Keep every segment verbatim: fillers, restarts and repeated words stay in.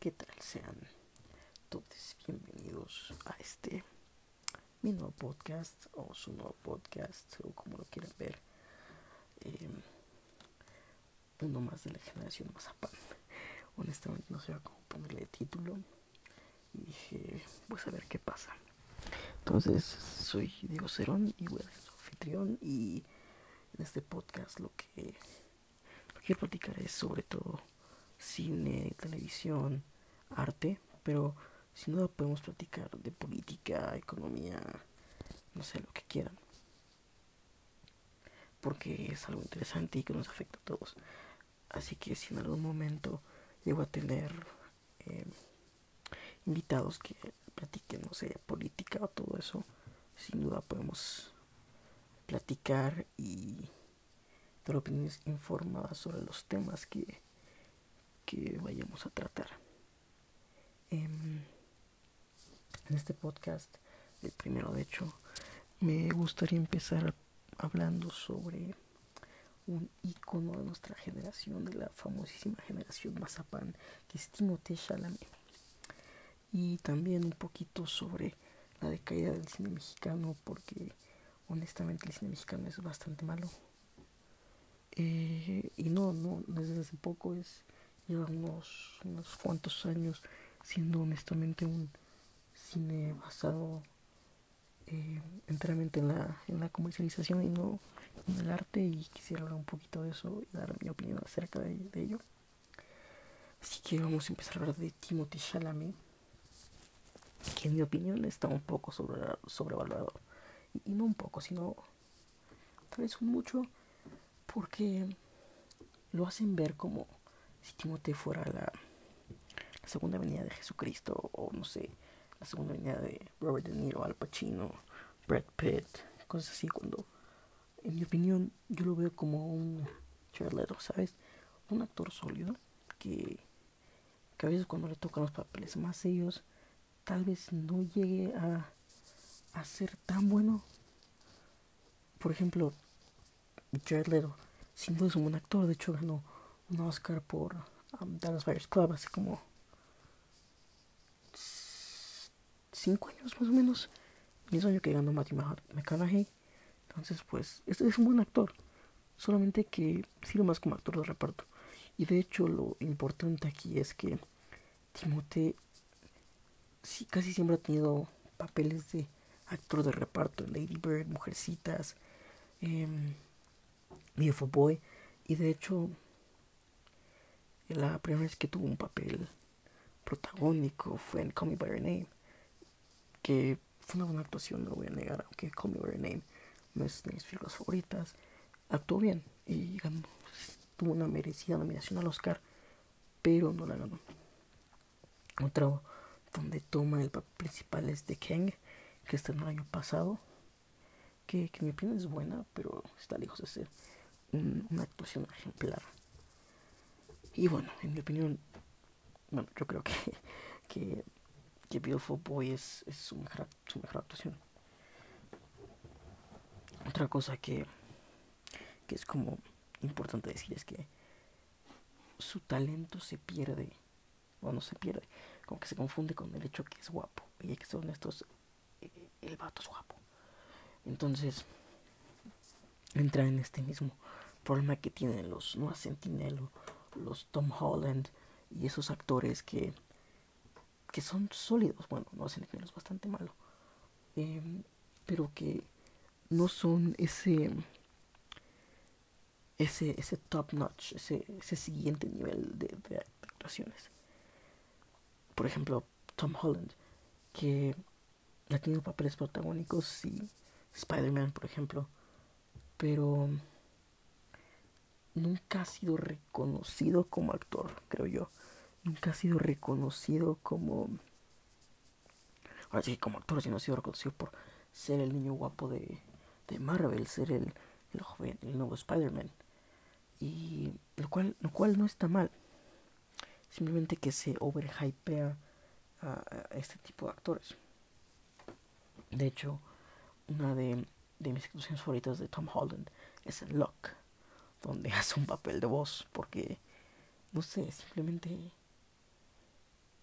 ¿Qué tal? Sean todos bienvenidos a este mi nuevo podcast o su nuevo podcast o como lo quieran ver. Eh, uno más de la generación Mazapán. Honestamente no sé cómo ponerle título y dije, pues a ver qué pasa. Entonces soy Diego Cerón y voy a ser su anfitrión y en este podcast lo que, lo que quiero platicar es sobre todo cine, televisión, arte, pero sin duda podemos platicar de política, economía, no sé, lo que quieran, porque es algo interesante y que nos afecta a todos. Así que si en algún momento llego a tener eh, invitados que platiquen, no sé, política o todo eso, sin duda podemos platicar y dar opiniones informadas sobre los temas que, que vayamos a tratar. Eh, en este podcast, el primero de hecho, me gustaría empezar hablando sobre un ícono de nuestra generación, de la famosísima generación Mazapán, que es Timothée Chalamet. Y también un poquito sobre la decaída del cine mexicano, porque honestamente el cine mexicano es bastante malo. Eh, y no, no, desde hace poco, es lleva unos, unos cuantos años siendo honestamente un cine basado eh, enteramente en la, en la comercialización y no en el arte, y quisiera hablar un poquito de eso y dar mi opinión acerca de, de ello. Así que vamos a empezar a hablar de Timothée Chalamet, que en mi opinión está un poco sobre, sobrevalorado. Y, y no un poco, sino tal vez un mucho, porque lo hacen ver como si Timothée fuera la, la segunda venida de Jesucristo, o no sé, la segunda venida de Robert De Niro, Al Pacino, Brad Pitt, cosas así, cuando en mi opinión yo lo veo como un Jared Leto, ¿sabes? Un actor sólido que, que a veces cuando le tocan los papeles más serios tal vez no llegue a, a ser tan bueno. Por ejemplo, Jared Leto sin duda es un buen actor, de hecho ganó un Oscar por um, Dallas Buyers Club hace como cinco años más o menos, el mismo año que ganó Matthew McConaughey. Entonces pues este es un buen actor, solamente que sirve más como actor de reparto. Y de hecho lo importante aquí es que Timothée sí, casi siempre ha tenido papeles de actor de reparto en Lady Bird, Mujercitas, eh, Beautiful Boy. Y de hecho la primera vez que tuvo un papel protagónico fue en Call Me By Your Name, que fue una buena actuación, no lo voy a negar, aunque Call Me By Your Name no es de mis películas favoritas. Actuó bien y ganó, tuvo una merecida nominación al Oscar, pero no la ganó. Otro donde toma el papel principal es The King, que está en el año pasado, que, que en mi opinión es buena, pero está lejos de ser un, una actuación ejemplar. Y bueno, en mi opinión, bueno, yo creo que, que, que Beautiful Boy es, es su, mejor, su mejor actuación. Otra cosa que, que es como importante decir es que su talento se pierde, o no se pierde, como que se confunde con el hecho que es guapo. Y hay que ser honestos, el vato es guapo. Entonces entra en este mismo problema que tienen los Noah Centineo, los Tom Holland y esos actores que, que son sólidos. Bueno, Noah Centineo es bastante malo, eh, pero que no son ese ese, ese top notch, ese, ese siguiente nivel de, de actuaciones. Por ejemplo, Tom Holland, que ha tenido papeles protagónicos, y Spider-Man, por ejemplo, pero nunca ha sido reconocido como actor, creo yo. Nunca ha sido reconocido como... Ahora sí, como actor, sino ha sido reconocido por ser el niño guapo de, de Marvel, ser el, el joven, el nuevo Spider-Man. Y lo cual, lo cual no está mal. Simplemente que se overhypea a, a este tipo de actores. De hecho, una de, de mis actuaciones favoritas de Tom Holland es en Locke, donde hace un papel de voz, porque, no sé, simplemente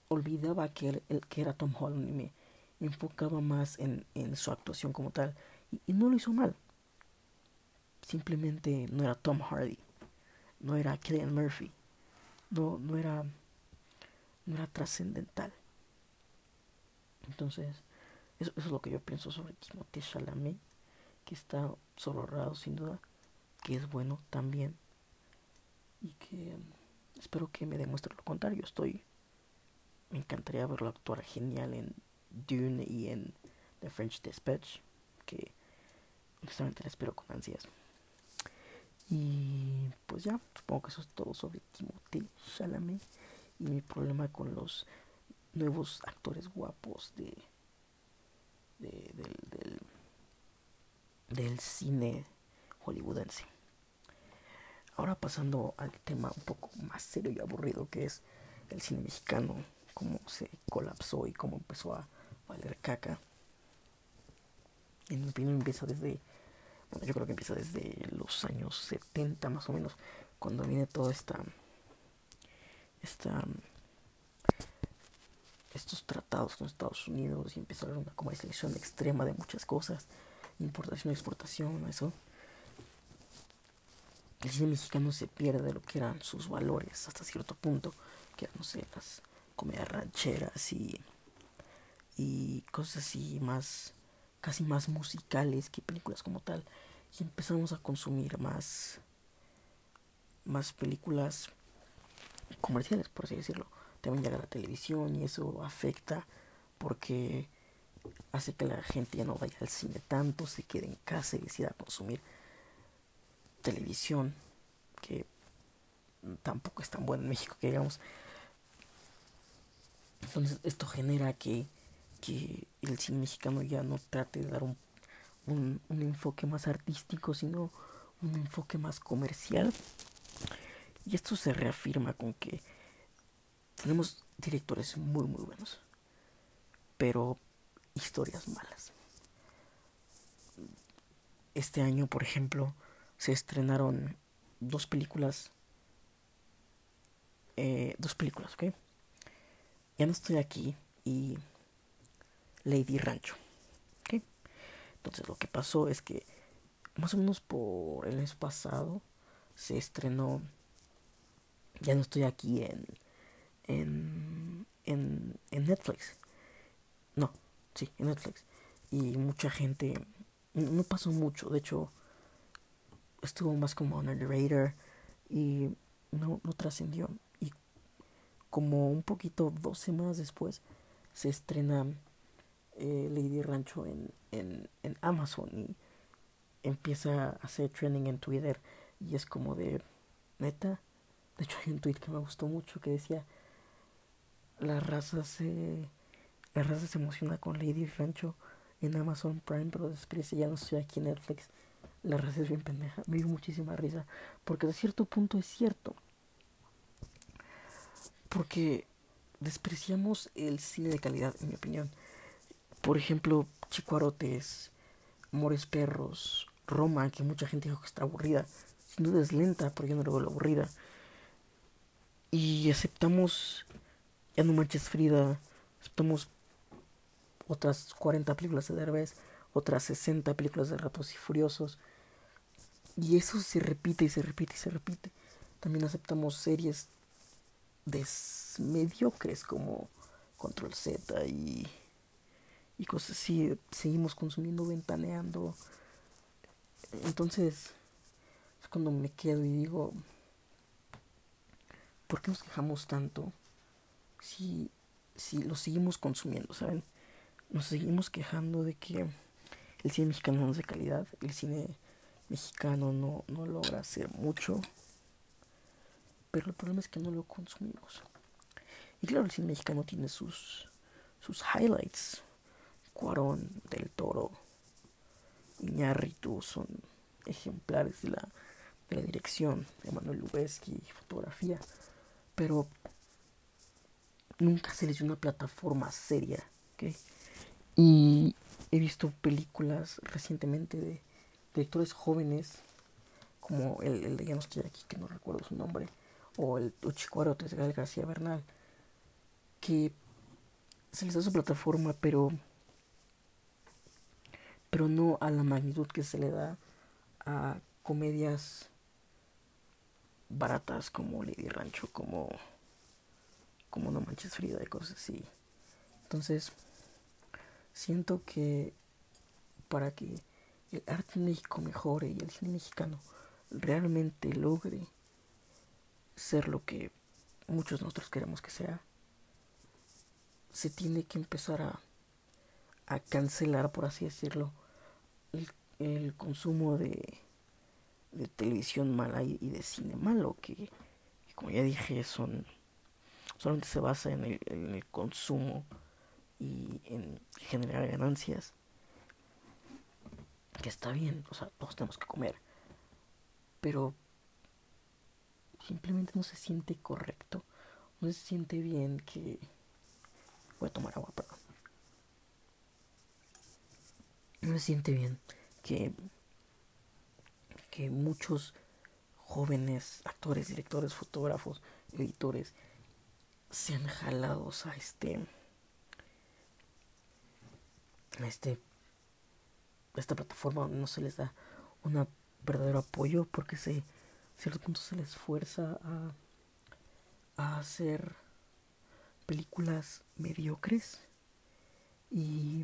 olvidaba que, el, el, que era Tom Holland y me enfocaba más en, en su actuación como tal. Y, y no lo hizo mal. Simplemente no era Tom Hardy, no era Cillian Murphy, no, no era, no era trascendental. Entonces, eso, eso es lo que yo pienso sobre Timothée Chalamet, que está sobrado sin duda, que es bueno también y que um, espero que me demuestre lo contrario. Estoy, me encantaría verlo actuar genial en Dune y en The French Dispatch, que honestamente la espero con ansias. Y pues ya, supongo que eso es todo sobre Timothée Chalamet y mi problema con los nuevos actores guapos de, de del, del, del cine hollywoodense. Ahora pasando al tema un poco más serio y aburrido, que es el cine mexicano, cómo se colapsó y cómo empezó a valer caca. En mi opinión empieza desde, bueno, yo creo que empieza desde los años setenta más o menos, cuando viene toda esta, esta estos tratados con Estados Unidos y empieza a haber una comercialización extrema de muchas cosas, importación, exportación, eso. El cine mexicano se pierde lo que eran sus valores hasta cierto punto, que eran, no sé, las comedias rancheras y, y cosas así más, casi más musicales que películas como tal. Y empezamos a consumir más, más películas comerciales, por así decirlo. También llega la televisión y eso afecta porque hace que la gente ya no vaya al cine tanto, se quede en casa y decida consumir televisión, que tampoco es tan buena en México, que digamos. Entonces esto genera que, que el cine mexicano ya no trate de dar un, un, un enfoque más artístico, sino un enfoque más comercial. Y esto se reafirma con que tenemos directores muy muy buenos, pero historias malas. Este año, por ejemplo, se estrenaron dos películas, eh, dos películas, ¿ok? Ya no estoy aquí y Lady Rancho, ¿ok? Entonces lo que pasó es que más o menos por el mes pasado se estrenó Ya no estoy aquí en en, en, en Netflix. No, sí, en Netflix. Y mucha gente, no pasó mucho, de hecho estuvo más como en el radar y no, no trascendió. Y como un poquito, dos semanas después, se estrena eh, Lady Rancho en, en, en Amazon y empieza a hacer trending en Twitter y es como de, neta. De hecho hay un tweet que me gustó mucho que decía, la raza se la raza se emociona con Lady Rancho en Amazon Prime, pero después ya no estoy aquí en Netflix. La raza es bien pendeja, me dio muchísima risa, porque de cierto punto es cierto, porque despreciamos el cine de calidad, en mi opinión. Por ejemplo, Chicuarotes, Amores Perros, Roma, que mucha gente dijo que está aburrida. Sin duda es lenta, pero yo no lo veo aburrida. Y aceptamos Ya no manches Frida, aceptamos otras cuarenta películas de Derbez, otras sesenta películas de Ratos y Furiosos. Y eso se repite y se repite y se repite. También aceptamos series des mediocres como Control Z y, y cosas así. Seguimos consumiendo, ventaneando. Entonces es cuando me quedo y digo, ¿por qué nos quejamos tanto si, si lo seguimos consumiendo, ¿saben? Nos seguimos quejando de que el cine mexicano no es de calidad, el cine mexicano no, no logra hacer mucho, pero el problema es que no lo consumimos. Y claro, el cine mexicano tiene sus, sus highlights. Cuarón, Del Toro, Iñárritu son ejemplares de la, de la dirección, Emanuel Lubezki, fotografía, pero nunca se les dio una plataforma seria, ¿okay? Y he visto películas recientemente de directores jóvenes, como el, el de Ya no estoy aquí, que no recuerdo su nombre, o el Uchicuarotes de Gael García Bernal, que se les da su plataforma, pero, pero no a la magnitud que se le da a comedias baratas como Lady Rancho, como, como No Manches Frida y cosas así. Entonces, siento que para que el arte en México mejore y el cine mexicano realmente logre ser lo que muchos de nosotros queremos que sea, se tiene que empezar a, a cancelar, por así decirlo, el, el consumo de, de televisión mala y, y de cine malo, que, que como ya dije, son solamente se basa en el, en el consumo y en generar ganancias, que está bien, o sea, todos tenemos que comer, pero simplemente no se siente correcto, no se siente bien que... Voy a tomar agua, perdón. No se siente bien que, que muchos jóvenes actores, directores, fotógrafos, editores sean jalados a este, a este, a esta plataforma donde no se les da un verdadero apoyo, porque se, a cierto punto se les fuerza a, a hacer películas mediocres y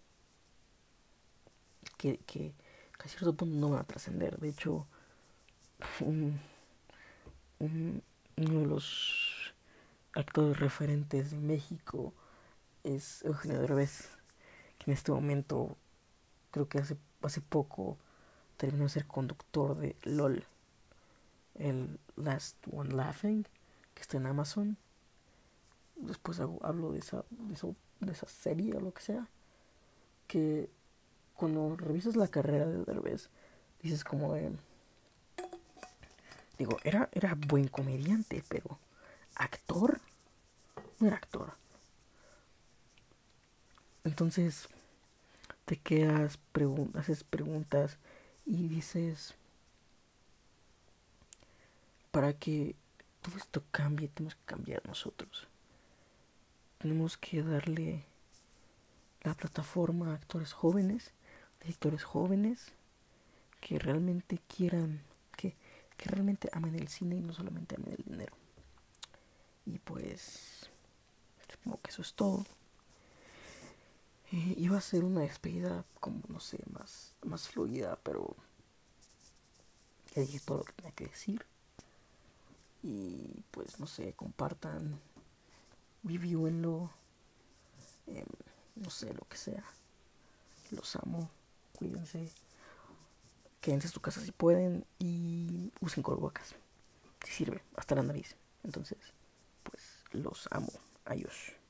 que, que, que a cierto punto no van a trascender. De hecho, un, un, uno de los actores referentes de México es Eugenio Derbez, que en este momento, creo que hace, hace poco, terminó de ser conductor de LOL, el Last One Laughing, que está en Amazon. Después hago, hablo de esa, de, esa, de esa serie o lo que sea, que cuando revisas la carrera de Derbez, dices como de... Digo, era, era buen comediante, pero actor, no era actor. Entonces te quedas, pregun- haces preguntas y dices, para que todo esto cambie, tenemos que cambiar nosotros. Tenemos que darle la plataforma a actores jóvenes, directores jóvenes, que realmente quieran, que, que realmente amen el cine y no solamente amen el dinero. Y pues, supongo que eso es todo. Eh, iba a ser una despedida como, no sé, más, más fluida, pero ya dije todo lo que tenía que decir. Y pues, no sé, compartan, reviewenlo, eh, no sé, lo que sea. Los amo, cuídense, quédense en su casa si pueden y usen cubrebocas. Si sirve, hasta la nariz. Entonces, pues, los amo. Adiós.